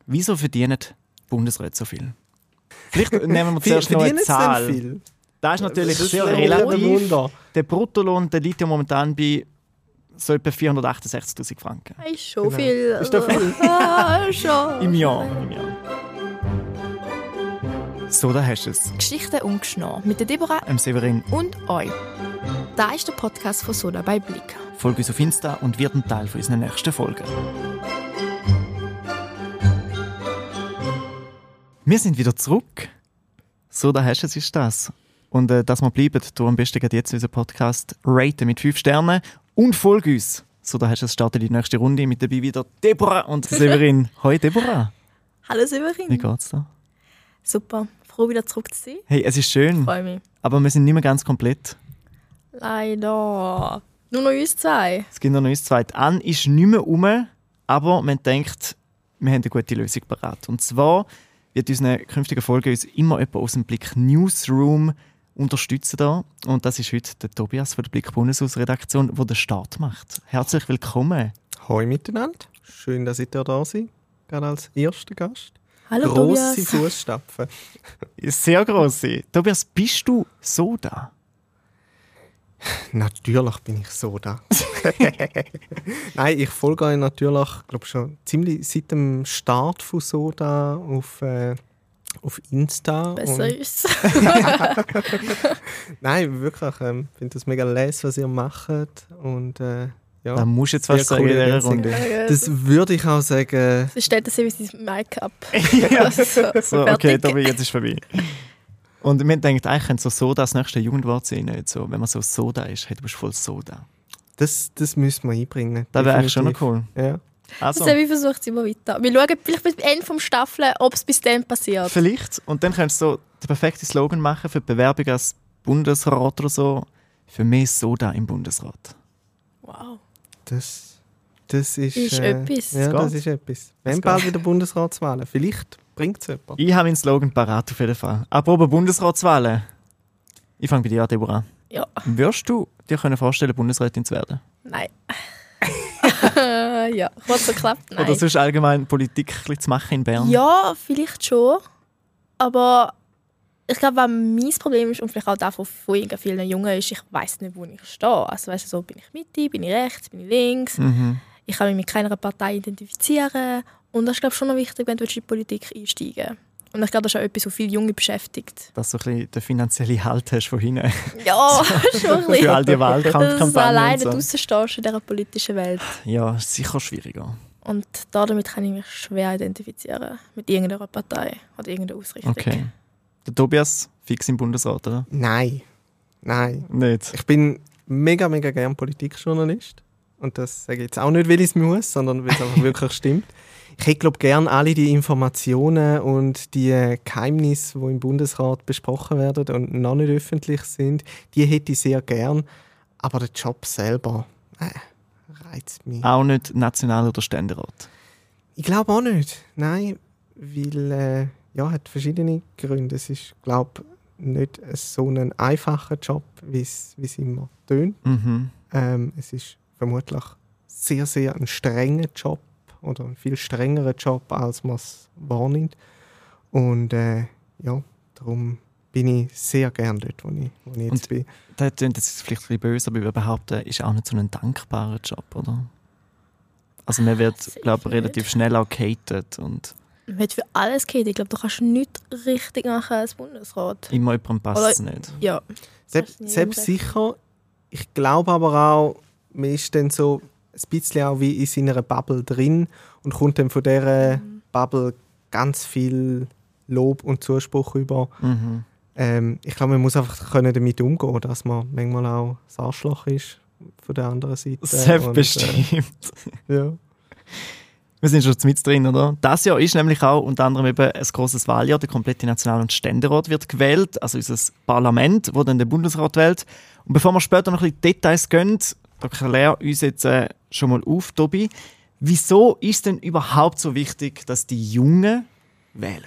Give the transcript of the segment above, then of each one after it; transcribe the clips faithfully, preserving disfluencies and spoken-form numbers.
Wieso verdienen Bundesräte so viel? Vielleicht nehmen wir zuerst noch eine Zahl. Viel? Das ist natürlich das ist sehr relativ. Der Bruttolohn der liegt ja momentan bei so etwa vierhundertachtundsechzigtausend Franken. Das ist schon genau. viel. Ist das viel? Ah, schon. Im Jahr. Im Jahr. So, da hast du es. Geschichten ungeschnitten mit der Deborah, dem Severin und euch. Da ist der Podcast von Soda bei Blick. Folge uns auf Insta und wird ein Teil von unseren nächsten Folgen. Wir sind wieder zurück. So, da hast du es, ist das. Und äh, dass wir bleiben, du am besten jetzt unseren Podcast raten mit fünf Sternen und folge uns. So, da hast du es, startet die nächste Runde mit dabei wieder Deborah und Severin. Hoi Deborah. Hallo Severin. Wie geht's dir? Super, froh wieder zurück zu sein. Hey, es ist schön. Ich freue mich. Aber wir sind nicht mehr ganz komplett. Leider. Nur noch uns zwei. Es gibt nur noch uns zwei. Anne ist nicht mehr rum, aber man denkt, wir haben eine gute Lösung parat. Und zwar wird unsere künftigen Folgen uns immer jemand aus dem Blick Newsroom unterstützen. Da. Und das ist heute der Tobias von der Blick Bundeshausredaktion, der den Start macht. Herzlich willkommen. Hoi miteinander. Schön, dass ich da seid, gerade als erster Gast. Hallo grosse Tobias. Fußstapfen. Sehr grosse. Tobias, bist du so da? Natürlich bin ich so da. Nein, ich folge euch natürlich, glaube schon ziemlich seit dem Start von Soda auf, äh, auf Insta. Besser ist. Nein, wirklich. Ich ähm, finde das mega les, was ihr macht. Und, äh, ja, da musst du jetzt was sagen in dieser Runde. Das würde ich auch sagen. Sie stellt das wie sein Make-up. Ja. so, so, okay, Tobi, jetzt ist vorbei. Und man denkt, eigentlich könnte so Soda das nächste Jugendwort sein. Nicht so. Wenn man so Soda ist, hey, du bist voll Soda. Das, das müssen wir einbringen. Das wäre eigentlich schon noch cool. Ja. Also. Also, ich versuche es immer weiter. Wir schauen vielleicht bis zum Ende des Staffel, ob es bis dann passiert. Vielleicht. Und dann könntest du so den perfekten Slogan machen für die Bewerbung als Bundesrat oder so. Für mehr Soda im Bundesrat. Wow. Das, das ist, ist äh, etwas. Ja, das, das ist etwas. Wenn bald wieder Bundesratswahlen. Vielleicht bringt es jemand. Ich habe meinen Slogan parat auf jeden Fall. Apropos Bundesratswahlen. Ich fange bei dir an, Deborah. Ja. Würdest du dir können vorstellen, Bundesrätin zu werden? Nein. Ja, was so klappt, nein. Oder sonst allgemein Politik zu machen in Bern? Ja, vielleicht schon. Aber ich glaube, was mein Problem ist und vielleicht auch das von vielen Jungen ist, ich weiss nicht, wo ich stehe. Also weißt du, so, bin ich Mitte, bin ich rechts, bin ich links. Mhm. Ich kann mich mit keiner Partei identifizieren. Und das ist, glaube ich, schon noch wichtig, wenn du in die Politik einsteigen willst. Und ich glaube, das ist auch etwas, was viele Junge beschäftigt. Dass du ein bisschen den finanziellen Halt hast von hinten. Ja, schon ein bisschen. Für all die Wahlkampfkampagnen. Dass du alleine so. draussen stehst in dieser politischen Welt. Ja, sicher schwieriger. Und damit kann ich mich schwer identifizieren. Mit irgendeiner Partei oder irgendeiner Ausrichtung. Okay. Der Tobias, fix im Bundesrat, oder? Nein. Nein. Nicht? Ich bin mega, mega gern Politikjournalist. Und das sage ich jetzt auch nicht, weil ich es muss, sondern weil es einfach wirklich stimmt. Ich hätte, glaube gerne alle die Informationen und die Geheimnisse, die im Bundesrat besprochen werden und noch nicht öffentlich sind, die hätte ich sehr gern. Aber der Job selber äh, reizt mich. Auch nicht National- oder Ständerat? Ich glaube auch nicht. Nein, weil äh, ja, hat verschiedene Gründe. Es ist, glaube ich, nicht so ein einfacher Job, wie es immer tönt. Mhm. Ähm, es ist vermutlich sehr, sehr ein strenger Job oder ein viel strengerer Job, als man es wahrnimmt. Und äh, ja, darum bin ich sehr gern dort, wo ich, wo ich jetzt Und bin. Das klingt jetzt vielleicht ein bisschen böse, aber ich würde behaupten, ist auch nicht so ein dankbarer Job, oder? Also man wird, glaube ich, relativ schnell auch gehatet und Man wird für alles gehen. Ich glaube, du kannst nichts richtig machen als Bundesrat. immer jemandem passt es nicht. Ja. Selbst, selbst sicher. Ich glaube aber auch, man ist dann so ein bisschen auch wie in seiner Bubble drin und kommt dann von dieser Mhm. Bubble ganz viel Lob und Zuspruch über. Mhm. Ähm, ich glaube, man muss einfach können damit umgehen können, dass man manchmal auch das Arschloch ist von der anderen Seite. Selbstbestimmt. Und, äh, ja. Wir sind schon mit drin, oder? Das Jahr ist nämlich auch unter anderem eben ein grosses Wahljahr. Der komplette National- und Ständerat wird gewählt, also unser Parlament, das dann den Bundesrat wählt. Und bevor wir später noch ein bisschen Details gehen, da klär uns jetzt äh, schon mal auf, Tobi. Wieso ist es denn überhaupt so wichtig, dass die Jungen wählen?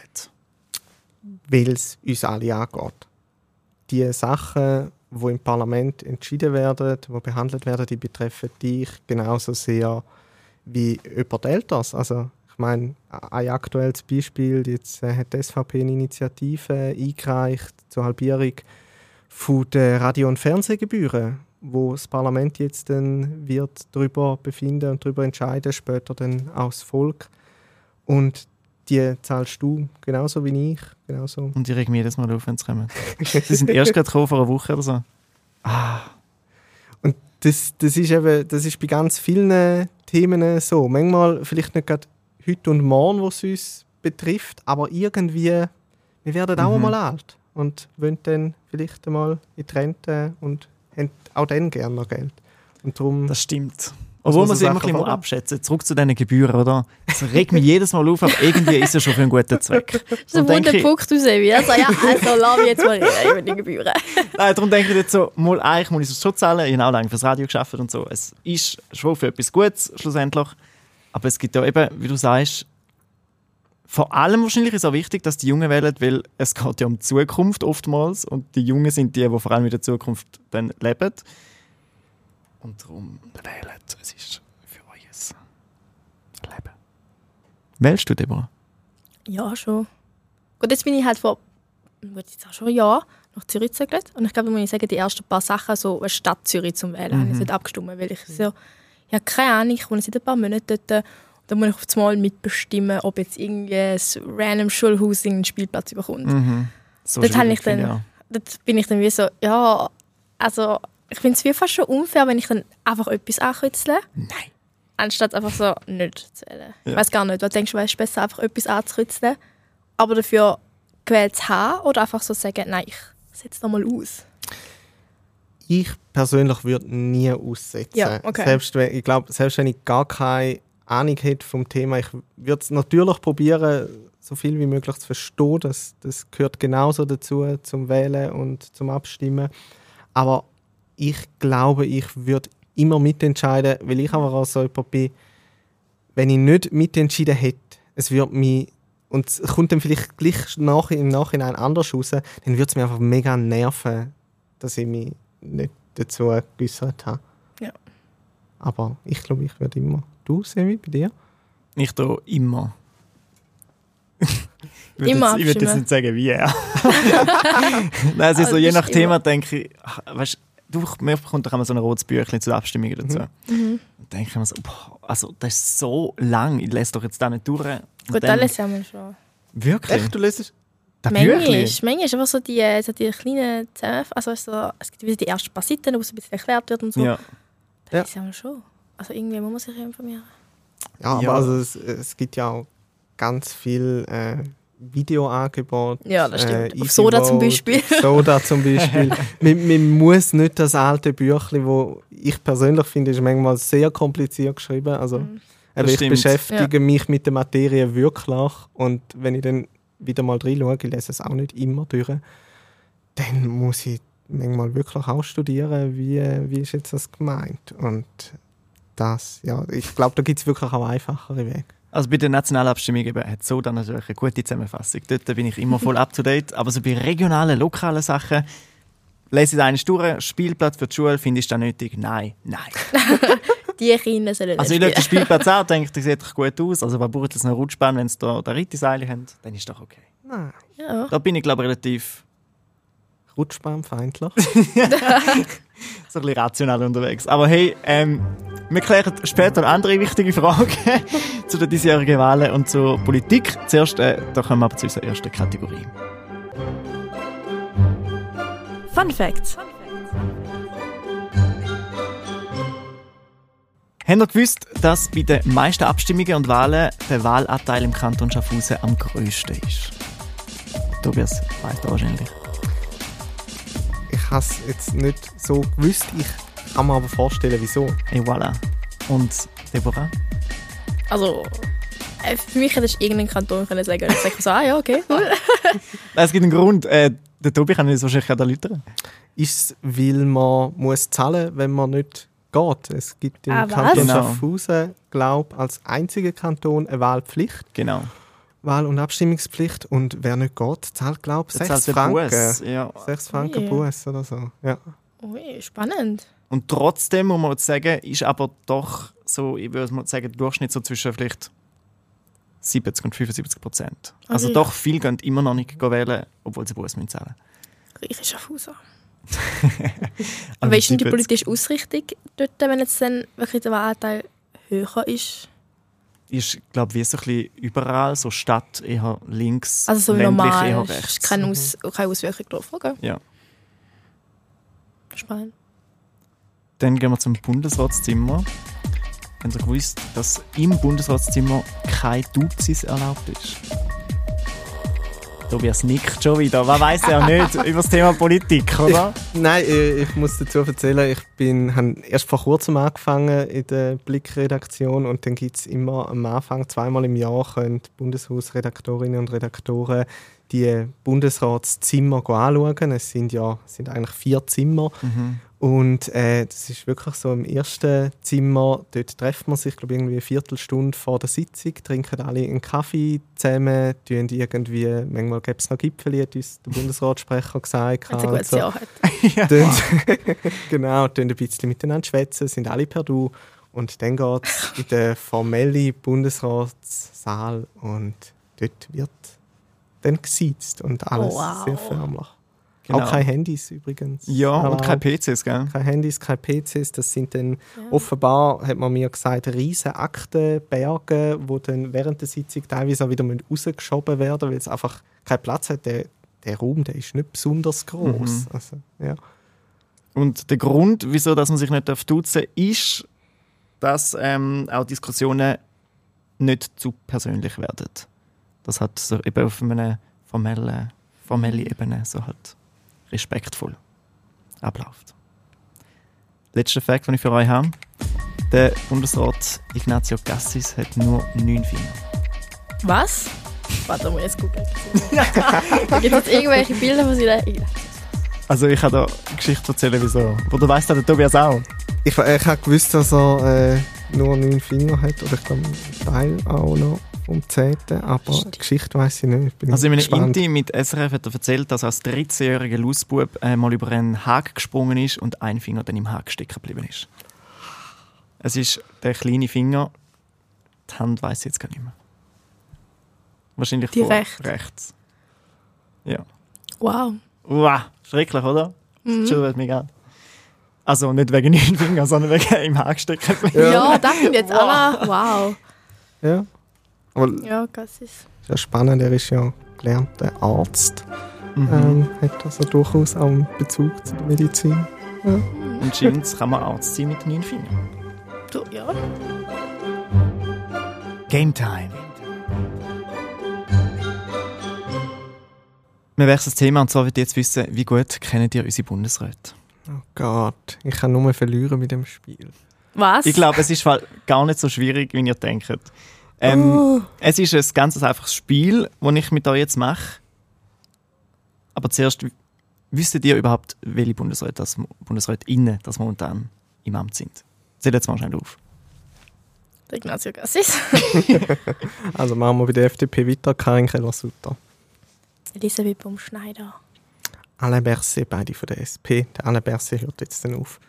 Weil es uns alle angeht. Die Sachen, die im Parlament entschieden werden, die behandelt werden, die betreffen dich genauso sehr wie jemand Älteres. Also, ich Ich meine, ein aktuelles Beispiel, jetzt äh, hat die S V P eine Initiative eingereicht zur Halbierung von der Radio- und Fernsehgebühren, wo das Parlament jetzt dann wird darüber befinden und darüber entscheiden, später dann auch das Volk. Und die zahlst du genauso wie ich. Genauso. Und ich reg mich jedes Mal auf, wenn sie kommen. Sie sind erst gerade gekommen, vor einer Woche oder so. Ah. Und das, das, ist eben, das ist bei ganz vielen Themen so. Manchmal vielleicht nicht gerade heute und morgen, was es uns betrifft, aber irgendwie, wir werden auch Mhm. einmal alt und wollen dann vielleicht einmal in die Rente und haben auch dann gerne noch Geld. Und darum, Das stimmt. Obwohl muss man man sich immer ein Sachen bisschen fordern. abschätzen. Zurück zu diesen Gebühren, oder? Es regt mich jedes Mal auf, aber irgendwie ist es schon für einen guten Zweck. So Darum wo denke der ich, Punkt raus will. Also, ja, also lass mich jetzt mal reden über die Gebühren. nein, darum denke ich jetzt so, mal, eigentlich muss ich es schon zahlen. Ich habe auch lange fürs Radio gearbeitet und so. Es ist schon für etwas Gutes, schlussendlich. Aber es gibt ja eben, wie du sagst, vor allem wahrscheinlich ist es auch wichtig, dass die Jungen wählen, weil es geht ja um die Zukunft oftmals und die Jungen sind die, die vor allem in der Zukunft dann leben. Und darum wählen. Es ist für euch ein Leben. Wählst du, Deborah? Ja, schon. Gut, jetzt bin ich halt vor, gut, jetzt auch schon ein Jahr nach Zürich gezögert. Und ich glaube, da muss ich sagen, die ersten paar Sachen, so eine Stadt Zürich zum Wählen, Mhm. habe ich nicht abgestimmt, weil ich so, ich habe keine Ahnung, ich wohne seit ein paar Monaten dort. Da muss ich auf einmal mitbestimmen, ob jetzt irgendwie ein random Schulhaus einen Spielplatz bekommt. Mhm. So Dort, habe ich schwierig, dann, ja. dort bin ich dann wie so, ja, also ich finde es wie fast schon unfair, wenn ich dann einfach etwas ankürzle, Nein. anstatt einfach so nicht zu wählen. Ich Ja. weiß gar nicht, was denkst du, es ist besser, einfach etwas anzukürzeln, aber dafür gewählt zu haben oder einfach so sagen, nein, ich setze da mal aus. ich persönlich würde nie aussetzen. Ja, okay. Selbst wenn, ich glaube, selbst wenn ich gar keine Ahnung hätte vom Thema, ich würde es natürlich probieren, so viel wie möglich zu verstehen. Das, das gehört genauso dazu, zum Wählen und zum Abstimmen. Aber ich glaube, ich würde immer mitentscheiden, weil ich aber auch so jemand bin, wenn ich nicht mitentschieden hätte, es würde mich, und es kommt dann vielleicht gleich nach, im Nachhinein anders raus, dann würde es mich einfach mega nerven, dass ich mich nicht dazu geäußert habe. Ja. Aber ich glaube, ich würde immer. Du, Semi, bei dir? Ich tue immer. ich würde Immer jetzt, ich würde jetzt abstimmen. nicht sagen, wie er. Nein, es ist so, Also je bist nach du Thema immer- denke ich, ach, weißt, du, mir bekommt doch immer so ein rotes Büchlein zu den Abstimmungen dazu. Mhm. Und denke ich mir so, boah, also das ist so lang, ich lese doch jetzt da nicht durch. Und Gut, dann- alles haben wir schon. Wirklich? Echt, du lesest? Das Manchmal, Büchlein? manchmal ist einfach so die, so die kleinen Zusammenfassungen, also weißt du, so, es gibt wie die ersten paar Seiten, wo es ein bisschen erklärt wird und so. Ja. Ja. Das haben wir schon. Also irgendwie muss man sich ja informieren. Ja, aber Ja. Also es, es gibt ja auch ganz viel äh, Videoangebote. Ja, das stimmt. Äh, Auf Soda zum Easyvote, Beispiel. auf Soda zum Beispiel. man, man muss nicht das alte Büchlein, wo ich persönlich finde, ist manchmal sehr kompliziert geschrieben. Also, Mhm. aber Das ich stimmt. beschäftige mich mit der Materie wirklich und wenn ich dann wieder mal reinschaue, ich lese es auch nicht immer durch, dann muss ich manchmal wirklich auch studieren, wie, wie ist jetzt das gemeint. Und das, ja, ich glaube, da gibt es wirklich auch einfachere Wege. Also bei der Nationalabstimmung eben hat so dann natürlich eine gute Zusammenfassung. Dort bin ich immer voll up to date. Aber so bei regionalen, lokalen Sachen lese ich eine durch. Spielplatz für die Schule, finde ich das nötig? Nein, nein. Die Kinder sollen Also ich nicht schaue den spielen. Spielplatz an, denke, der sieht doch gut aus. Also bei braucht es eine Rutschbahn, wenn sie da, da Rittiseile haben, dann ist doch okay. Nein, Ja. Da bin ich, glaube ich, relativ rutschbahnfeindlich. so ein bisschen rational unterwegs. Aber hey, ähm, wir klären später andere wichtige Fragen zu den diesjährigen Wahlen und zur Politik. Zuerst, äh, da kommen wir aber zu unserer ersten Kategorie. Fun Facts. Habt ihr gewusst, dass bei den meisten Abstimmungen und Wahlen der Wahlanteil im Kanton Schaffhausen am grössten ist? Tobias weiss da wahrscheinlich. Ich habe es jetzt nicht so gewusst, ich kann mir aber vorstellen, wieso. Et voilà. Und Deborah? Also, äh, für mich hätte ich irgendeinen Kanton können sagen können. Ich sage so, ah ja, okay, cool. Es gibt einen Grund. Äh, der Tobi kann es wahrscheinlich auch erläutern. Ist es, weil man muss zahlen, wenn man nicht geht? Es gibt im Ah, was? Kanton Genau. Schaffhausen, glaube ich, als einziger Kanton eine Wahlpflicht. Genau. Wahl- und Abstimmungspflicht. Und wer nicht geht, zahlt, glaube ich, Das sechs zahlt der Franken. Bus. Ja. sechs Franken Ui. Bus oder so. Ja. Ui, spannend. Und trotzdem muss man jetzt sagen, ist aber doch so, ich würde mal sagen, der Durchschnitt so zwischen vielleicht siebzig und fünfundsiebzig Prozent. Also Also ich- doch, viele gehen immer noch nicht wählen, obwohl sie Buß müssen zahlen. Reiche Schaffhauser. Aber Aber wie ist denn die siebzig politische Ausrichtung dort, wenn jetzt dann wirklich der Wahlanteil höher ist? ist, glaube ich, wie so ein bisschen überall, so Stadt eher links, Also so ländlich normal, eher ist rechts. keine, Aus keine Auswirkung drauf. Okay. Ja. Spannend. Dann gehen wir zum Bundesratszimmer. Haben Sie gewusst, dass im Bundesratszimmer kein Duzis erlaubt ist? Tobias nickt schon wieder. Was weiss er nicht über das Thema Politik, oder? Nein, ich, ich muss dazu erzählen, ich bin, habe erst vor kurzem angefangen in der Blick-Redaktion und dann gibt es immer am Anfang, zweimal im Jahr, können die Bundeshausredaktorinnen und Redaktoren die Bundesratszimmer anschauen. Es sind ja es sind eigentlich vier Zimmer. Mhm. Und äh, das ist wirklich so im ersten Zimmer, dort trifft man sich, glaube ich, irgendwie eine Viertelstunde vor der Sitzung, trinken alle einen Kaffee zusammen, tun irgendwie, manchmal gibt es noch Gipfeli, hat uns der Bundesratssprecher gesagt. Wenn es ein gutes so. Jahr hat. Ja. Tun, genau, tun ein bisschen miteinander schwätzen, sind alle per Du. Und dann geht es in den formellen Bundesratssaal und dort wird dann gesiezt und alles Oh, wow. sehr förmlich. Genau. Auch keine Handys übrigens. Ja, und erlaubt. keine P Cs, gell? Keine Handys, keine P Cs. Das sind dann Ja. offenbar, hat man mir gesagt, riesen Aktenberge, die dann während der Sitzung teilweise auch wieder rausgeschoben werden müssen, weil es einfach keinen Platz hat. Der, der Raum der ist nicht besonders groß. Mhm. Also, ja. Und der Grund, wieso dass man sich nicht duzen darf, ist, dass ähm, auch Diskussionen nicht zu persönlich werden. Das hat so eben auf einer formellen, formellen Ebene so halt respektvoll abläuft. Letzter Fakt, den ich für euch habe. Der Bundesrat Ignazio Cassis hat nur neun Finger. Was? Warte, da muss ich jetzt gucken. Da gibt es jetzt irgendwelche Bilder von seiner... Also ich kann da eine Geschichte erzählen, wieso. Oder weiss der Tobias auch? Ich, ich habe gewusst, dass er äh, nur neun Finger hat, oder ich glaube, einen Teil auch noch vom zehnten. Aber die Geschichte weiss ich nicht. Bin Also in einem gespannt. Inti mit S R F hat er erzählt, dass er als dreizehnjähriger Lausbub äh, mal über einen Haken gesprungen ist und ein Finger dann im Haken stecken geblieben ist. Es ist der kleine Finger, die Hand weiss ich jetzt gar nicht mehr. Wahrscheinlich Die vor rechts. rechts. Ja. Wow. Wow, schrecklich, oder? Das Mhm. schüttelt mich gerade. Also nicht wegen neun Finger, sondern wegen im Haken stecken geblieben. Ja. Ja, das finde ich jetzt auch noch... Wow. Ja. Aber Ja, das ist... ist ja spannend, er ist ja gelernter Arzt. Mhm. Ähm, hat also durchaus auch einen Bezug zur Medizin. Ja. Anscheinend kann man Arzt sein mit neun Fingern. Du, ja. Game Time. Wir wechseln das Thema und zwar wollte ich jetzt wissen, wie gut kennt ihr unsere Bundesräte? Oh Gott, ich kann nur verlieren mit dem Spiel. Was? Ich glaube, es ist voll gar nicht so schwierig, wie ihr denkt. Ähm, Oh. Es ist ein ganz einfaches Spiel, das ich mit euch jetzt mache. Aber zuerst, w- wisst ihr überhaupt, welche Bundesräte, das, Bundesrätinnen das momentan im Amt sind? Zählt jetzt mal schnell auf. Der Ignazio Cassis. Also machen wir bei der F D P weiter, Karin Keller-Sutter. Elisabeth Baumschneider. Alain Berset, beide von der S P. Der Alain Berset hört jetzt dann auf.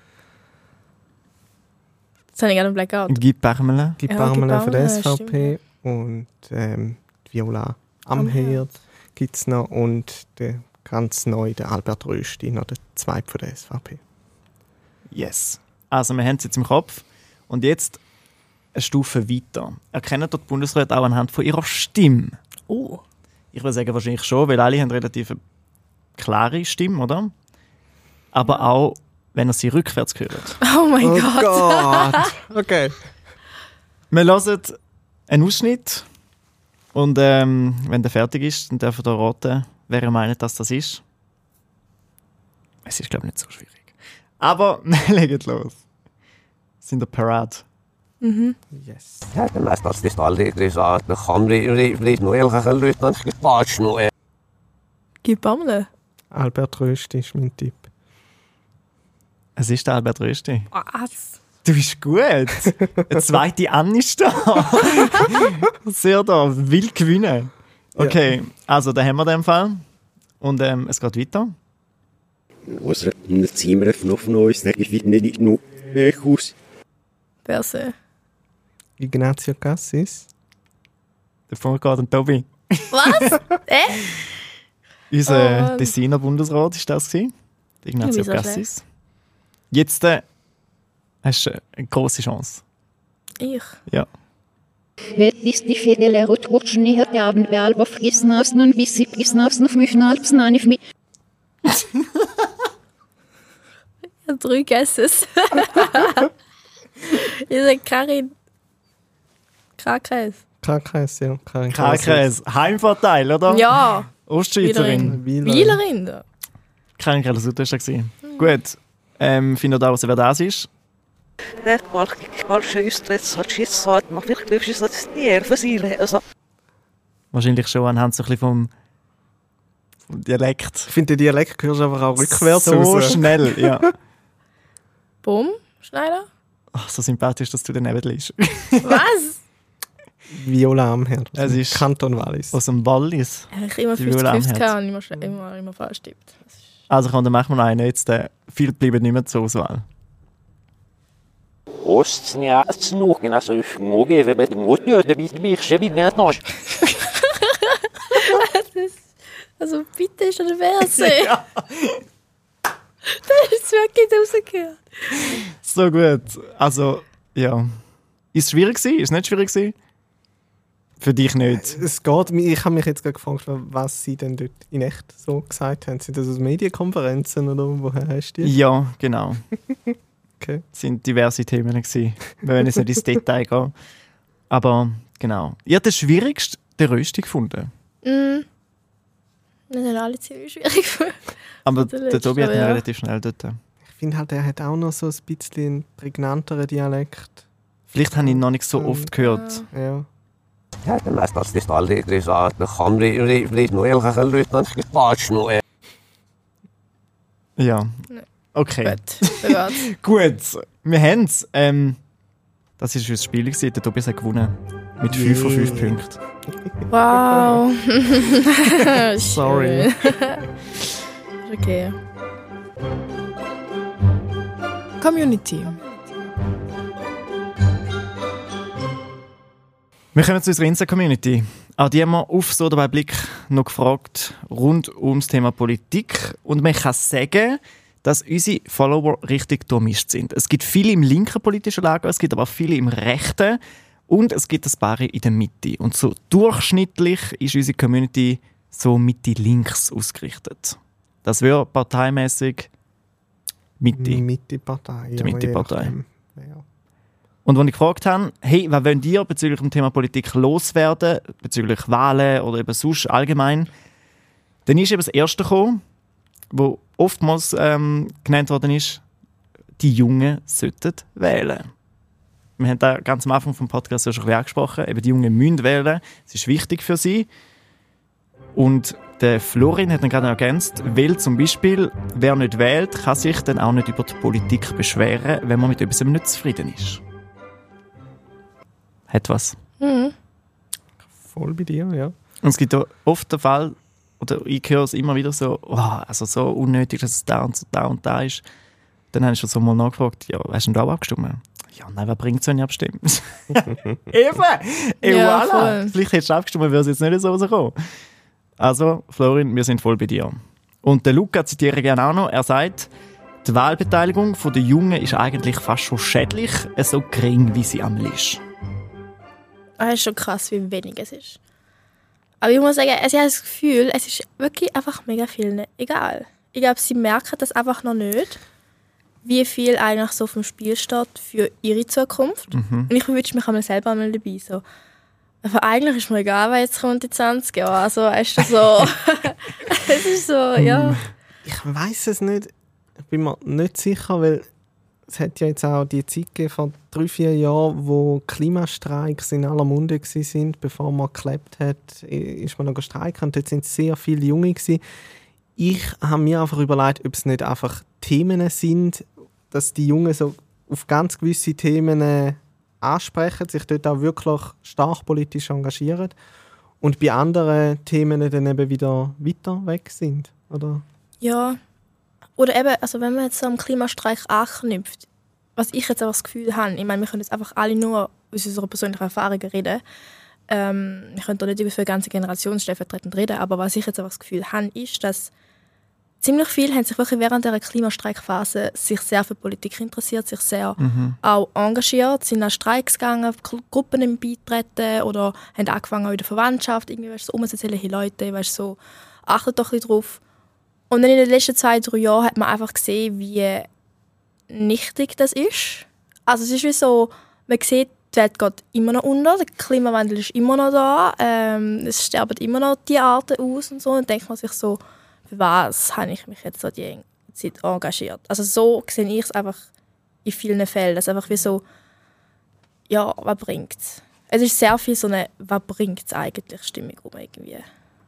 Jetzt habe ich gerade einen Blackout. Guy Parmelin. Guy Ja, Parmelin Guy von der Parmelin, S V P und ähm, die Viola Amherd gibt es noch und der ganz neu, der Albert Rösti, noch der zweite von der S V P. Yes. Also wir haben es jetzt im Kopf. Und jetzt eine Stufe weiter. Erkennen dort die Bundesräte auch anhand von ihrer Stimme? Oh. Ich würde sagen, wahrscheinlich schon, weil alle haben relativ eine klare Stimme, oder? Aber auch, wenn ihr sie rückwärts hört. Oh mein Oh Gott. Gott! Okay. Wir hören einen Ausschnitt und ähm, wenn der fertig ist, dann dürfen wir raten, wer ihr meint, dass das ist. Es ist, glaube ich, nicht so schwierig. Aber wir legen los. Sind der Parade. Mhm. Yes. Ja, de meeste als dit al die zaad, de gaan niet nog heel graag leuk dan gepaard nog. Guy Parmelin. Albert Rösti ist mein Tipp. Es ist der Albert Rösti. Was? Du bist gut. Eine zweite Anne ist da. Sehr da, will gewinnen. Okay, also da haben wir den Fall. Und ähm, es geht weiter. Was er in het zimmer vanaf nooit, dat ik vind niet nog goed. Berset. Ignazio Cassis. Der Punkt geht an Tobi. Was? Äh? Unser Oh. Tessiner Bundesrat war das. gewesen. Ignazio Wieso Cassis. Jetzt äh, hast du eine grosse Chance. Ich? Ja. Ведисти феделе рутурчни хатявн бялбо фриснаснун биси приснаснув мюхналпснанив ми. Ich habe drei Guesses. Ich sage Karin. K-Käse. K-Käse, ja. Karin K-Käse. Heimvorteil, oder? Ja. Ostschweizerin. Wieler. Wielerin. da. Karin Keller-Sutter war das. gewesen. Gut. Ähm, findet ihr raus, wer das ist? Der falsche Üstritz hat Schiss, hat man wirklich Schiss, dass es die Versiele. Also, Wahrscheinlich schon anhand so ein bisschen vom, vom Dialekt. Ich finde, der Dialekt hörst du einfach auch rückwärts So raus. schnell, ja. Bumm, Schneider. Ach, so sympathisch, dass du daneben liegst. Was? Viola am Herd. Es ist- Kanton Wallis. Aus dem Wallis. Ich immer Die fünfzig Viola am fünfzig Herz. und immer, sch- immer, immer falsch tippt. Also komm, dann machen wir noch einen. Jetzt, äh, viel bleiben nicht mehr zur Auswahl. Ostnia, snoken, altså smoke, ved med motjør, det blir mye skjebig ned nå. Also bitte ist das Fernsehen. Ja. Das ist wirklich rausgehört. So gut. Also, ja. Ist es schwierig gewesen? Ist es nicht schwierig gewesen? Für dich nicht. Es geht, mir- ich habe mich jetzt gerade gefragt, was sie denn dort in echt so gesagt haben. Sind das aus Medienkonferenzen oder woher hast du die? Ja, genau. Okay. Es sind diverse Themen gewesen. Wir wollen jetzt nicht ins Detail gehen. Aber, genau. Ihr habt das Schwierigste der Rösti gefunden. Mm. Das sind alle ziemlich schwierig. Aber Der der letzte, Tobi hat ihn ja. relativ schnell dort. Ich finde halt, er hat auch noch so ein bisschen einen prägnanteren Dialekt. Vielleicht habe ich ihn noch nicht so oft gehört. Ja. Ja, det mest at det aldri det sa at det kan bli bli noe eller kan løytnant skal patch noe. Ja. Okay. Gut, bewahrt's. Gut, wir haben es. Ähm, das war unser Spiel. gewesen. Der Tobias hat gewonnen. Mit fünf von fünf Punkten. Wow. Sorry. Schön. Okay. Community. Wir kommen zu unserer Insta-Community. Auch die haben wir auf so dabei Blick noch gefragt rund ums Thema Politik. Und man kann sagen, dass unsere Follower richtig durchmischt sind. Es gibt viele im linken politischen Lager, es gibt aber auch viele im rechten und es gibt ein paar in der Mitte. Und so durchschnittlich ist unsere Community so Mitte-links ausgerichtet. Das wäre parteimäßig Mitte. Mitte-Partei. Die Mitte-Partei. je nachdem. Ja. Und als ich gefragt habe, hey, was wollt ihr bezüglich dem Thema Politik loswerden, bezüglich Wahlen oder eben sonst allgemein, dann ist eben das Erste gekommen, wo oftmals ähm, genannt worden ist, die Jungen sollten wählen. Wir haben da ganz am Anfang vom Podcast ja schon ein bisschen angesprochen, eben die Jungen müssen wählen, es ist wichtig für sie. Und der Florin hat dann gerade noch ergänzt, weil zum Beispiel, wer nicht wählt, kann sich dann auch nicht über die Politik beschweren, wenn man mit etwas nicht zufrieden ist. Hat was. Mhm. Voll bei dir, ja. Und es gibt ja oft den Fall, oder ich höre es immer wieder so, oh, also so unnötig, dass es da und so, da und da ist. Dann habe ich schon so mal nachgefragt, ja, hast du denn da auch abgestimmt? Ja, nein, was bringt es, wenn ich abstimme? Eben! Et Ja, voilà! voll. Vielleicht hättest du abgestimmt, wäre es jetzt nicht so rausgekommen. Also, Florin, wir sind voll bei dir. Und der Luca zitiere ich gerne auch noch. Er sagt, die Wahlbeteiligung der Jungen ist eigentlich fast schon schädlich, so gering, wie sie am ist. Es ist schon krass, wie wenig es ist. Aber ich muss sagen, ich habe das Gefühl, es ist wirklich einfach mega vielen egal. Ich glaube, sie merken das einfach noch nicht, wie viel eigentlich so vom Spiel steht für ihre Zukunft. Und ich wünsche mich einmal selber einmal dabei. So. Aber eigentlich ist mir egal, wer jetzt kommt in zwanzig Jahren. Also ist das so... es ist so, ja... Ich weiß es nicht. Ich bin mir nicht sicher, weil es hat ja jetzt auch die Zeit gegeben, vor drei, vier Jahren, wo Klimastreiks in aller Munde waren, bevor man geklebt hat, ist man noch gestreikt und dort sind sehr viele Junge gewesen. Ich habe mir einfach überlegt, ob es nicht einfach Themen sind, dass die Jungen so auf ganz gewisse Themen äh, ansprechen, sich dort auch wirklich stark politisch engagieren und bei anderen Themen dann eben wieder weiter weg sind, oder? Ja. Oder eben, also wenn man jetzt so am Klimastreik anknüpft, was ich jetzt einfach das Gefühl habe, ich meine, wir können jetzt einfach alle nur aus unserer persönlichen Erfahrung reden, ähm, ich könnte auch nicht über für eine ganze Generation stellvertretend reden, aber was ich jetzt einfach das Gefühl habe, ist, dass ziemlich viele haben sich wirklich während der Klimastreikphase sich sehr für Politik interessiert, sich sehr Mhm. auch engagiert, sind an Streiks gegangen, Gru- Gruppen beitreten oder haben angefangen auch in der Verwandtschaft, irgendwie, weißt, so umzuzählen, Leute, weißt, so, achtet doch ein bisschen drauf. Und dann in den letzten zwei, drei Jahren hat man einfach gesehen, wie nichtig das ist. Also es ist wie so, man sieht, die Welt geht immer noch unter, der Klimawandel ist immer noch da, ähm, es sterben immer noch die Arten aus und so. Und dann denkt man sich so, für was habe ich mich jetzt so die Zeit engagiert? Also so sehe ich es einfach in vielen Fällen. Das ist einfach wie so, ja, was bringt es? Es ist sehr viel so eine, was bringt es eigentlich, Stimmung rum irgendwie.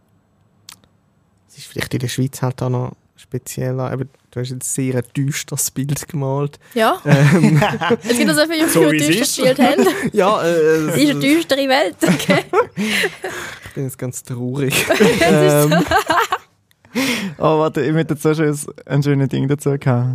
Es ist vielleicht in der Schweiz halt auch noch spezieller. Eben, du hast jetzt sehr ein düsteres Bild gemalt. Ja, Ähm, es gibt auch so viele, die So so wie es düster ist. gespielt haben. ja, äh, Es ist eine düstere Welt, okay? ich bin jetzt ganz traurig. ähm, Oh, warte, ich hätte jetzt so schön ein schönes Ding dazu gehabt.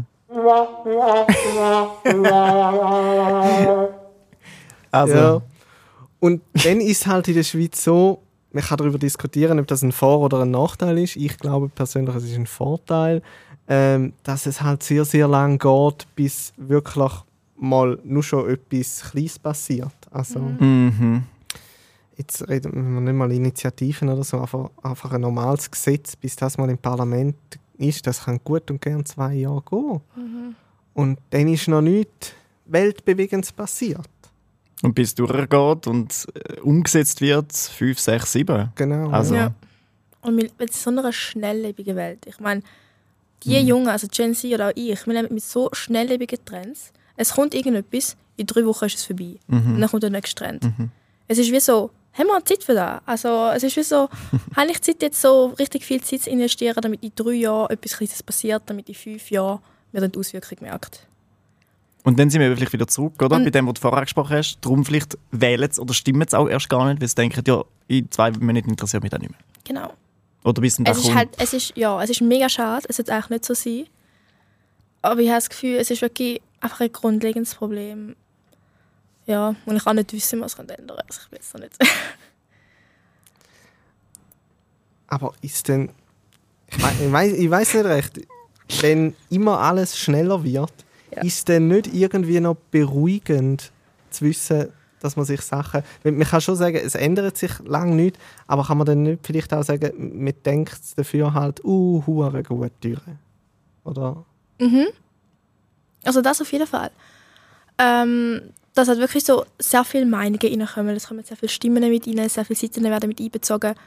Also, Ja. Und dann ist es halt in der Schweiz so, man kann darüber diskutieren, ob das ein Vor- oder ein Nachteil ist. Ich glaube persönlich, es ist ein Vorteil, ähm, dass es halt sehr, sehr lang geht, bis wirklich mal nur schon etwas Kleines passiert. Also mhm. jetzt reden wir nicht mal Initiativen oder so, einfach, einfach ein normales Gesetz, bis das mal im Parlament ist, das kann gut und gern zwei Jahre gehen. Und dann ist noch nichts Weltbewegendes passiert. Und bis es durchgeht und äh, umgesetzt wird, fünf, sechs, sieben. Genau. Also, Ja. Und wir, in so einer schnelllebigen Welt. Ich meine, die Jungen, also Gen Z oder auch ich, wir leben mit so schnelllebigen Trends. Es kommt irgendetwas, in drei Wochen ist es vorbei. Und dann kommt der nächste Trend. Es ist wie so, haben wir Zeit für das? Also es ist wie so, habe ich Zeit, jetzt so richtig viel Zeit zu investieren, damit in drei Jahren etwas Kleines passiert, damit in fünf Jahren mir dann die Auswirkungen merkt. Und dann sind wir vielleicht wieder zurück, oder? Und- Bei dem, was du vorher gesprochen hast. Darum vielleicht wählen sie oder stimmen sie auch erst gar nicht, weil sie denken, ja, in zwei Minuten interessiert mich das nicht mehr. Genau. Oder bis dann Es kommt. ist halt, es ist, ja, es ist mega schade, es sollte eigentlich nicht so sein. Aber ich habe das Gefühl, es ist wirklich einfach ein grundlegendes Problem. Ja, und ich kann nicht wissen, was man ändern kann. Also ich weiß es nicht. Aber ist denn. Ich weiß ich weiss, ich weiss nicht recht. Wenn immer alles schneller wird, Ja. ist denn nicht irgendwie noch beruhigend zu wissen, dass man sich Sachen. Man kann schon sagen, es ändert sich lange nicht, aber kann man dann nicht vielleicht auch sagen, man denkt dafür halt, uh, hure gut durch. Oder? Mhm. Also das auf jeden Fall. Ähm, dass halt wirklich so sehr viele Meinungen reinkommen. Es kommen sehr viele Stimmen mit rein, sehr viele Seiten werden mit einbezogen.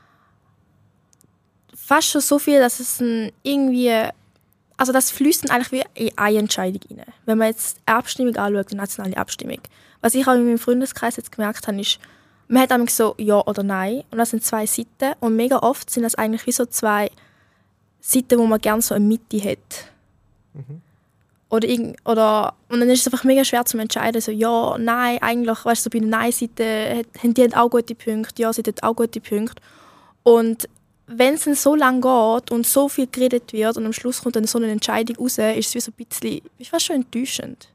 Fast schon so viel, dass es ein irgendwie... Also das fließt dann eigentlich wie in eine Entscheidung rein. Wenn man jetzt eine Abstimmung anschaut, eine nationale Abstimmung. Was ich auch in meinem Freundeskreis jetzt gemerkt habe, ist, man hat nämlich so Ja oder Nein und das sind zwei Seiten und mega oft sind das eigentlich wie so zwei Seiten, wo man gerne so eine Mitte hat. Oder, irgend, oder und dann ist es einfach mega schwer zu entscheiden, so ja, nein, eigentlich, weißt du, so bei der Nein-Seite hat- haben die auch gute Punkte, ja, sie hat auch gute Punkte. Und wenn es dann so lange geht und so viel geredet wird und am Schluss kommt dann so eine Entscheidung raus, ist es wie so ein bisschen, ist fast schon enttäuschend.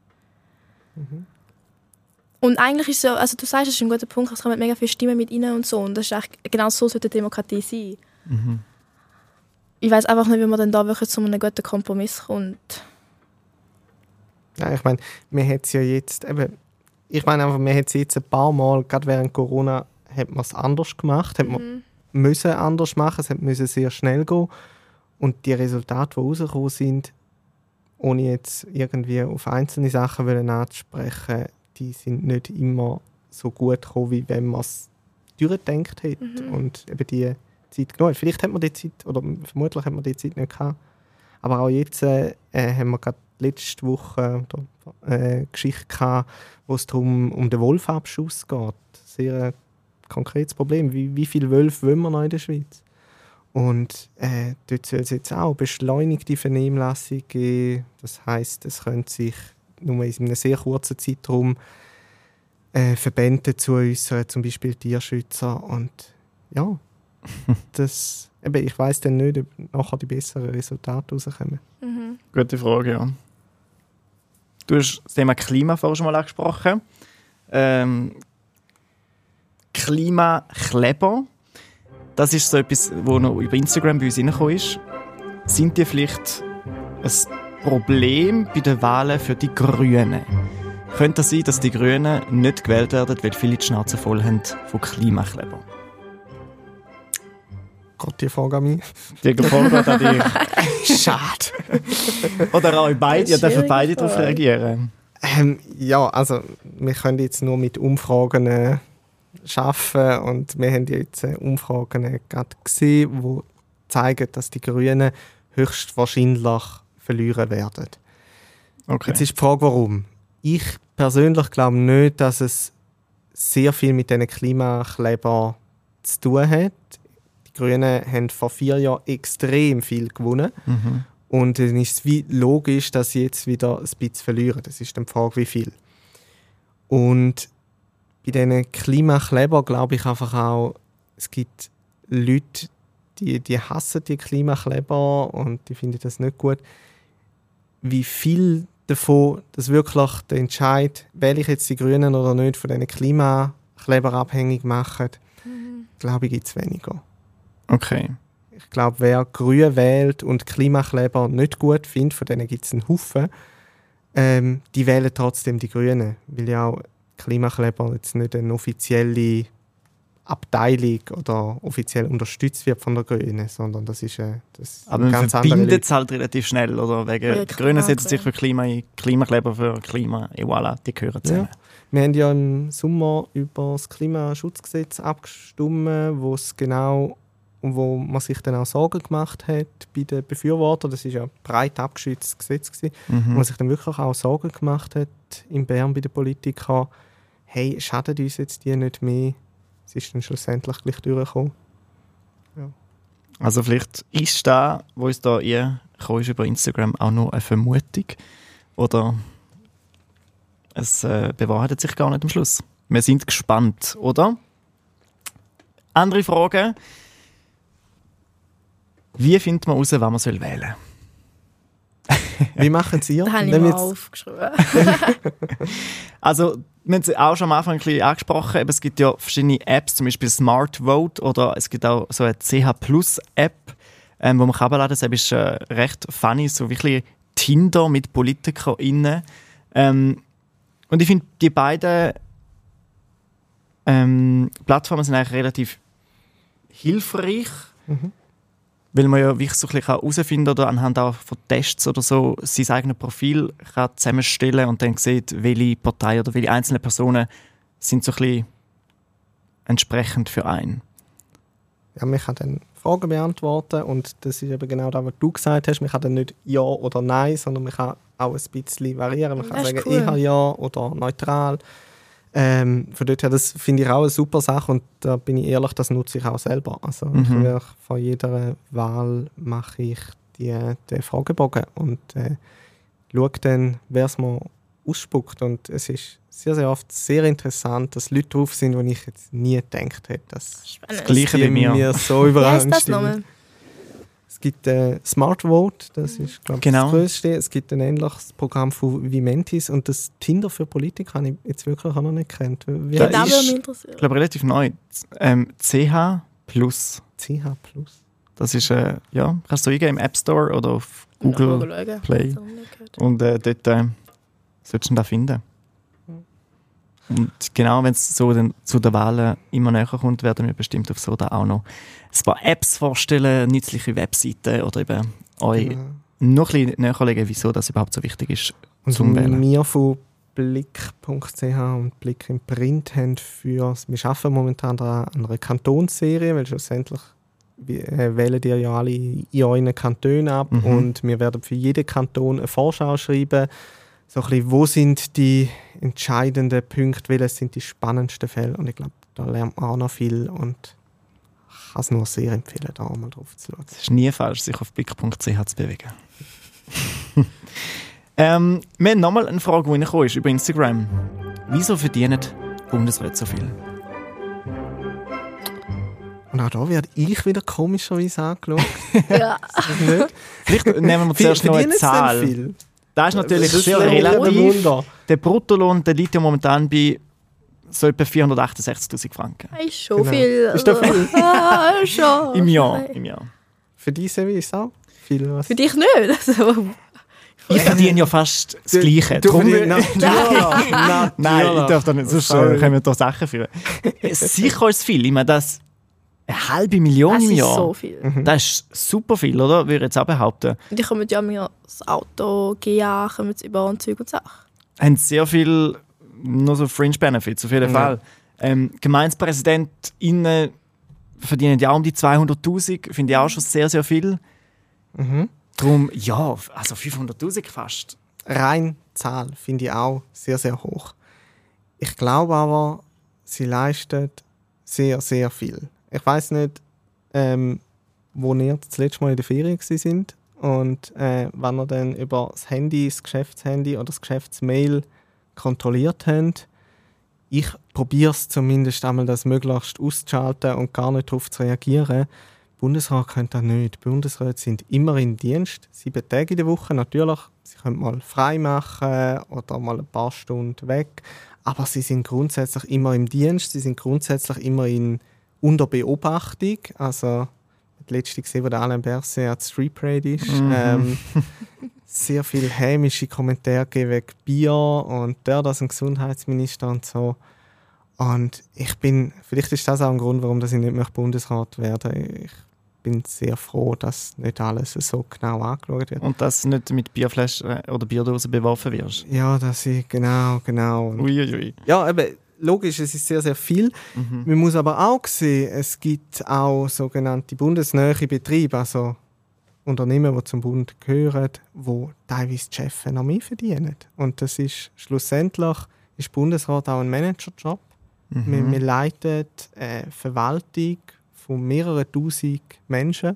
Und eigentlich ist es so, also du sagst, es ist ein guter Punkt, es kommen mega viele Stimmen mit rein und so und das ist eigentlich, genau so sollte Demokratie sein. Ich weiß einfach nicht, wie man dann da wirklich zu einem guten Kompromiss kommt. Ja, ich meine, man hat es ja jetzt, eben, ich meine einfach, man hat es jetzt ein paar Mal, gerade während Corona, hat man es anders gemacht, hat man müssen anders machen, es hat müssen sehr schnell gehen und die Resultate, die rausgekommen sind, ohne jetzt irgendwie auf einzelne Sachen wollen anzusprechen, die sind nicht immer so gut gekommen, wie wenn man es durchgedacht hat und eben die Zeit genommen hat. Vielleicht hat man die Zeit, oder vermutlich hat man die Zeit nicht gehabt, aber auch jetzt äh, haben wir gerade letzte Woche äh, eine Geschichte gehabt, wo es darum um den Wolfabschuss geht. Sehr ein konkretes Problem. Wie, wie viele Wölfe wollen wir noch in der Schweiz? Und äh, dort soll es jetzt auch beschleunigte Vernehmlassung geben. Das heisst, es können sich nur in einem sehr kurzen Zeitraum äh, Verbände dazu äußern, zum Beispiel Tierschützer. Und ja, das, eben, ich weiss dann nicht, ob nachher die besseren Resultate rauskommen. Gute Frage, ja. Du hast das Thema Klima vorher schon mal angesprochen. Ähm, Klimakleber. Das ist so etwas, was noch über Instagram bei uns reingekommen ist. Sind die vielleicht ein Problem bei den Wahlen für die Grünen? Könnte es sein, dass die Grünen nicht gewählt werden, weil viele die Schnauze voll haben von Klimakleber? Gott, die Frage an mich. Die Frage an dich. Schade. Oder auch beide, ihr dürft beide darauf Frage. reagieren. Ähm, ja, also wir können jetzt nur mit Umfragen äh, arbeiten und wir haben jetzt äh, Umfragen äh, gerade gesehen, die zeigen, dass die Grünen höchstwahrscheinlich verlieren werden. Okay. Jetzt ist die Frage, warum. Ich persönlich glaube nicht, dass es sehr viel mit diesen Klimakleber zu tun hat. Die Grünen haben vor vier Jahren extrem viel gewonnen. Mhm. Und dann ist es wie logisch, dass sie jetzt wieder ein bisschen verlieren. Das ist dann die Frage, wie viel. Und bei diesen Klimakleber glaube ich einfach auch, es gibt Leute, die, die hassen die Klimakleber und die finden das nicht gut. Wie viel davon, dass wirklich der Entscheid, wähle ich jetzt die Grünen oder nicht, von diesen Klimakleber abhängig machen, mhm. glaube ich, gibt es weniger. Okay. Ich glaube, wer Grün wählt und Klimakleber nicht gut findet, von denen gibt es einen Haufen, ähm, die wählen trotzdem die Grünen. Weil ja auch Klimakleber jetzt nicht eine offizielle Abteilung oder offiziell unterstützt wird von der Grünen, sondern das ist, äh, das Aber man ganz andere verbindet es halt relativ schnell, oder? Wegen Ja, die Grünen setzen okay. sich für Klima ein, Klimakleber für Klima, et voilà, die gehören zusammen. Ja. Wir haben ja im Sommer über das Klimaschutzgesetz abgestimmt, wo es genau und wo man sich dann auch Sorgen gemacht hat bei den Befürwortern. Das war ja ein breit abgeschütztes Gesetz gewesen, Mhm. wo man sich dann wirklich auch Sorgen gemacht hat in Bern bei den Politikern. Hey, schadet uns jetzt die nicht mehr? Es ist dann schlussendlich gleich durchgekommen. Also vielleicht ist da, wo uns da eingekommen ist über Instagram, auch nur eine Vermutung. Oder es äh, bewahrheitet sich gar nicht am Schluss. Wir sind gespannt, oder? Andere Frage. Wie findet man heraus, wann man soll wählen Wie machen Sie ihr? Da habe ich Wenn mir jetzt- aufgeschrieben. Also, wir haben es auch schon am Anfang ein bisschen angesprochen, aber es gibt ja verschiedene Apps, zum Beispiel Smart Vote oder es gibt auch so eine C H Plus App, ähm, wo man kann abladen kann. Das ist äh, recht funny, so wirklich Tinder mit PolitikerInnen. Ähm, und ich finde, die beiden ähm, Plattformen sind eigentlich relativ hilfreich, Mhm. weil man ja wirklich so ein bisschen herausfinden oder anhand auch von Tests oder so sein eigenes Profil kann zusammenstellen und dann sieht, welche Partei oder welche einzelnen Personen sind so ein bisschen entsprechend für einen. Ja, man kann dann Fragen beantworten und das ist eben genau das, was du gesagt hast. Man kann dann nicht Ja oder Nein, sondern man kann auch ein bisschen variieren. Man kann Das ist sagen, cool. eher Ja oder neutral. Ähm, von dort her, das finde ich auch eine super Sache und da bin ich ehrlich, das nutze ich auch selber. Also ich Mhm. wirklich, vor jeder Wahl mache ich die, den Fragebogen und äh, schaue dann, wer es mir ausspuckt. Und es ist sehr, sehr oft sehr interessant, dass Leute drauf sind, wo ich jetzt nie gedacht hätte, dass Spannend. Das Gleiche die bei mir. mir so Wie überall heisst das stimmen. nochmal? Es gibt äh, Smart Vote, das ist glaube ich Genau. das Größte. Es gibt ein ähnliches Programm von Vimentis und das Tinder für Politiker habe ich jetzt wirklich auch noch nicht gekannt. Wie Da Ja, heißt das ist- würde mich interessieren. Ich glaube, relativ neu. Ähm, C H Plus. C H Plus? Das ist, äh, ja, kannst du eingeben im App Store oder auf Google Google Play. Und äh, dort äh, solltest du ihn da finden. Und genau, wenn es so dann zu den Wahlen immer näher kommt, werden wir bestimmt auf so da auch noch ein paar Apps vorstellen, nützliche Webseiten oder eben euch Genau. noch ein bisschen näherlegen, wieso das überhaupt so wichtig ist Und zum Wählen. wir von blick punkt c h und Blick im Print haben für, wir arbeiten momentan daran an einer Kantonsserie, weil schlussendlich wir, äh, wählen die ja alle in euren Kantonen ab Mhm. und wir werden für jeden Kanton eine Vorschau schreiben, so ein bisschen, wo sind die entscheidenden Punkte, welche sind die spannendsten Fälle und ich glaube, da lernt man auch noch viel und ich kann es nur sehr empfehlen, da auch mal drauf zu schauen. Es ist nie falsch, sich auf blick punkt c h zu bewegen. ähm, wir haben nochmal eine Frage, die reingekommen ist über Instagram. Wieso verdienen Bundesräte so viel? Und auch da werde ich wieder komischerweise angeschaut. Ja. Nicht? Vielleicht nehmen wir zuerst noch eine Verdienen sie denn Zahl. viel? Das ist natürlich Das ist sehr ein relativ. Wunder. Der Bruttolohn der liegt ja momentan bei so etwa vierhundertachtundsechzigtausend Franken. Das ist schon Genau. viel. Ist das also- viel? Ah, schon. Im Jahr. Im Jahr. Für dich, Sevi, ist es auch viel. Was? Für dich nicht. Also, Ich verdiene ja fast das Gleiche. Du, Drum- du, na, Nein, ich darf da nicht, sonst Sorry. äh, können wir da Sachen führen. Sicher ist es viel. Ich meine, das eine halbe Million das im ist Jahr. so viel. Das ist super viel, oder? Würde ich jetzt auch behaupten. Und die kommen ja mir das Auto, G A, kommen sie über und Zeug und Sachen. Haben sehr viel nur so Fringe Benefits, auf jeden Ja. Fall. Ähm, GemeinspräsidentInnen verdienen ja auch um die zweihunderttausend, finde ich auch schon sehr, sehr viel. Mhm. Darum, ja, also fünfhunderttausend fast. Rein Zahl finde ich auch sehr, sehr hoch. Ich glaube aber, sie leistet sehr, sehr viel. Ich weiß nicht, ähm, wo ihr das letzte Mal in der Ferien gewesen sind und äh, wenn ihr dann über das Handy, das Geschäftshandy oder das Geschäftsmail kontrolliert habt. Ich probiere es zumindest einmal, das möglichst auszuschalten und gar nicht darauf zu reagieren. Der Bundesrat könnte das nicht. Die Bundesräte sind immer in Dienst, sieben Tage in der Woche. Natürlich, sie können mal frei machen oder mal ein paar Stunden weg. Aber sie sind grundsätzlich immer im Dienst, sie sind grundsätzlich immer in, unter Beobachtung. Also, die letzte gesehen, wo der Alain Berset an der Street Parade ist. Mhm. Ähm, sehr viele hämische Kommentare gegeben wegen Bier und der das ein Gesundheitsminister und so. Und ich bin, vielleicht ist das auch ein Grund, warum ich nicht mehr Bundesrat werde. Ich bin sehr froh, dass nicht alles so genau angeschaut wird. Und dass du nicht mit Bierflaschen oder Bierdosen beworfen wirst. Ja, dass ich, genau, genau. Und Uiuiui. ja, eben, logisch, es ist sehr, sehr viel. Mhm. Man muss aber auch sehen, es gibt auch sogenannte bundesnähe Betriebe, also Unternehmen, die zum Bund gehören, die teilweise die Chefs noch mehr verdienen. Und das ist schlussendlich ist Bundesrat auch ein Managerjob. Mhm. Wir, wir leiten eine Verwaltung von mehreren tausend Menschen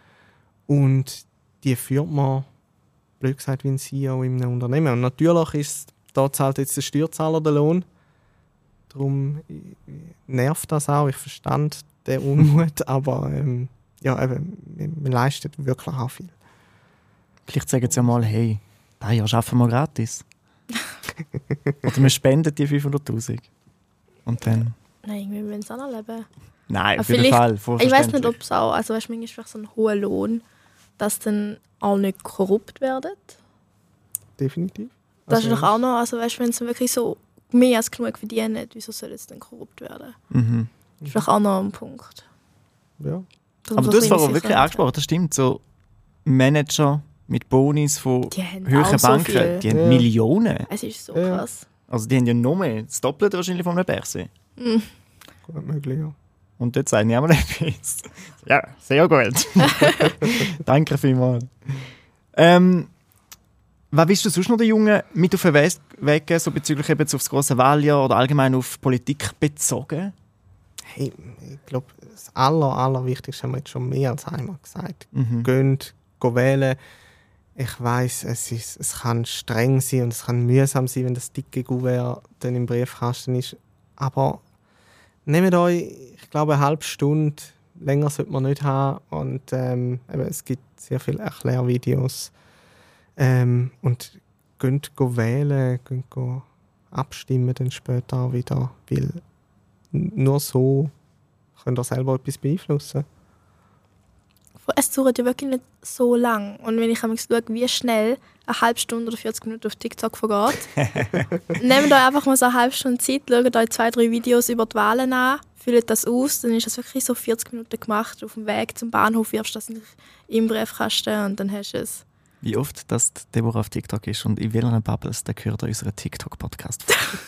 und die führt man, blöd gesagt, wie ein C E O in einem Unternehmen. Und natürlich ist, da zahlt jetzt der Steuerzahler den Lohn. Darum nervt das auch. Ich verstand den Unmut, aber ähm, ja, eben, wir, wir leisten wirklich auch viel. Vielleicht sagen sie ja mal, hey, das Jahr arbeiten wir gratis. Oder wir spenden die fünfhunderttausend. Und dann... Nein, irgendwie müssen sie auch noch leben. Nein, Aber auf jeden vielleicht- Fall. Ich weiß nicht, vorverständlich. ob es auch, also weißt du, manchmal ist vielleicht so ein hoher Lohn, dass dann auch nicht korrupt werden. Definitiv. Das Also, ist doch auch noch, also weißt du, wenn sie wirklich so mehr als genug verdienen, wieso soll es dann korrupt werden? Mhm. Das ist vielleicht auch noch ein Punkt. Ja. Darum Aber so du hast ein vorher bisschen wirklich sicher- angesprochen, das stimmt. So Manager mit Bonis von Die haben höheren auch so Banken, viel. die haben Ja. Millionen. Es ist so Ja. krass. Also die haben ja noch mehr, das Doppelte wahrscheinlich von einem Berse. Gut möglich, ja. Und dort sagen ja mal etwas. Ja, sehr gut. Danke vielmals. Ähm, was willst du sonst noch den Jungen mit auf den Weg geben, so bezüglich eben auf das grosse Wahljahr oder allgemein auf Politik bezogen? Hey, ich glaube, das Aller, Allerwichtigste haben wir jetzt schon mehr als einmal gesagt. Mhm. Geht, go wählen. Ich weiss, es, ist, es kann streng sein und es kann mühsam sein, wenn das dicke Kuvert dann im Briefkasten ist. Aber nehmt euch, ich glaube, eine halbe Stunde, länger sollte man nicht haben. Und ähm, eben, es gibt sehr viele Erklärvideos. Ähm, und geht go wählen, geht go abstimmen dann später auch wieder. Weil nur so könnt ihr selber etwas beeinflussen. Es dauert ja wirklich nicht so lang. Und wenn ich einmal schaue, wie schnell eine halbe Stunde oder vierzig Minuten auf TikTok vergeht, nehmt euch einfach mal so eine halbe Stunde Zeit, schaut euch zwei, drei Videos über die Wahlen an, füllt das aus, dann ist das wirklich so vierzig Minuten gemacht. Auf dem Weg zum Bahnhof wirfst du das im Briefkasten und dann hast du es. Wie oft das Deborah auf TikTok ist und in welchen Bubbles, da gehört an unseren TikTok-Podcast.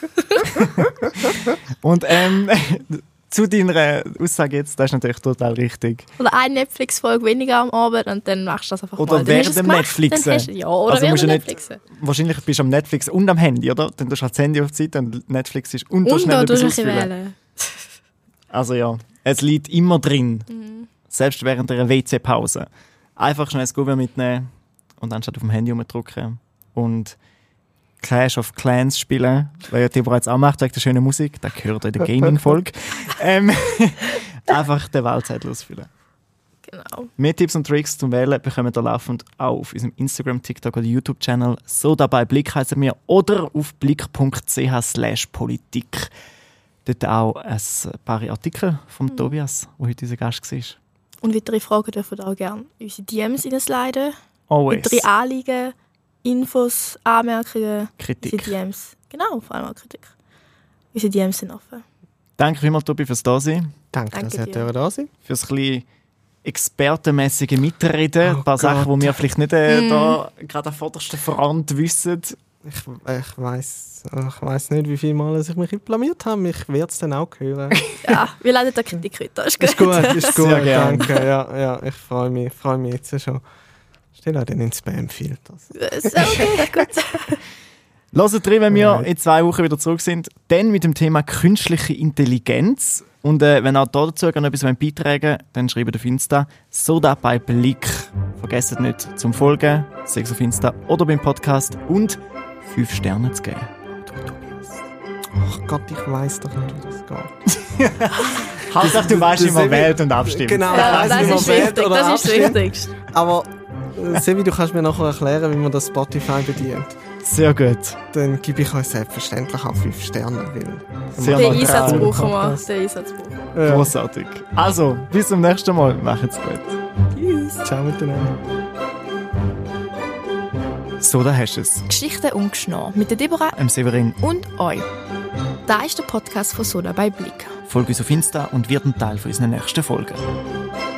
Und ähm, zu deiner Aussage jetzt, das ist natürlich total richtig. Oder eine Netflix-Folge weniger am Abend und dann machst du das einfach Oder mal. Dann während hast du es dem gemacht, Netflixen. dann hast du- Ja, oder Also musst während du dem nicht- Netflixen. Wahrscheinlich bist du am Netflix und am Handy, oder? Dann tust du halt das Handy auf die Seite und Netflix ist und, du Und schnell dann etwas tust du ein bisschen ausfüllen. wählen. Also ja, es liegt immer drin. Mhm. Selbst während der W C-Pause. Einfach schnell das Kuvert mitnehmen und anstatt auf dem Handy rumdrücken. Und Clash of Clans spielen, weil ja Deborah jetzt auch macht, wegen der schönen Musik. Das gehört in der Gaming-Folge. ähm, einfach den Wahlzettel ausfüllen. Genau. Mehr Tipps und Tricks zum Wählen bekommen ihr laufend auch auf unserem Instagram, TikTok oder YouTube-Channel. So dabei Blick heißen wir oder auf blick punkt c h slash politik. Dort auch ein paar Artikel vom Mhm. Tobias, der heute unser Gast war. Und weitere Fragen dürfen auch gerne unsere D Ms reinsliden. Always. Weitere Anliegen, Infos, Anmerkungen, Kritik. unsere D Ms. Genau, vor allem auch Kritik. Unsere D Ms sind offen. Danke vielmals, Tobi, fürs Dasein. Danke, Danke dass dir. ihr da seid. Fürs ein bisschen expertenmäßige Mitreden. Oh ein paar Gott. Sachen, die wir vielleicht nicht äh, Mm. da gerade an vorderster Front wissen. Ich, ich weiß ich weiss nicht, wie viele Mal ich mich blamiert habe. Ich werde es dann auch hören. Ja, wir laden da Kritik weiter. Ist gut. Ist gut, ist gut, Sehr gern. danke. Ja, ja, ich freue mich, freu mich jetzt schon. Stell auch den in Spam-Filter. Ist okay, gut. Hört rein, wenn wir Alright. in zwei Wochen wieder zurück sind. Dann mit dem Thema künstliche Intelligenz. Und äh, wenn auch dazu gerne etwas beitragen wollt, dann schreibt auf Insta «Soda bei Blick». Vergesst nicht zum Folgen, sei es auf Insta oder beim Podcast und fünf Sterne zu geben. Ach Gott, ich weiss doch nicht, wie das geht. Hauptsache, du weißt, wie Das man Sevi- wählt und abstimmt. Genau, Ja, ich weiss, das wie man ist wählt wichtig. oder Das ist das abstimmt. Wichtigste. Aber äh, Sevi, du kannst mir nachher erklären, wie man das Spotify bedient. Sehr gut. Dann gebe ich euch selbstverständlich auch fünf Sterne. Weil Sehr Den neutral. Einsatz brauchen wir. Podcast. Den Einsatz brauchen wir. Ja. Großartig. Also, bis zum nächsten Mal. Macht's gut. Tschüss. Ciao miteinander. So, da hast du es. Geschichten ungeschnitten mit der Deborah Ähm, Severin, und euch. Da ist der Podcast von Soda bei Blick. folge uns auf Insta und wird ein Teil von unseren nächsten Folgen.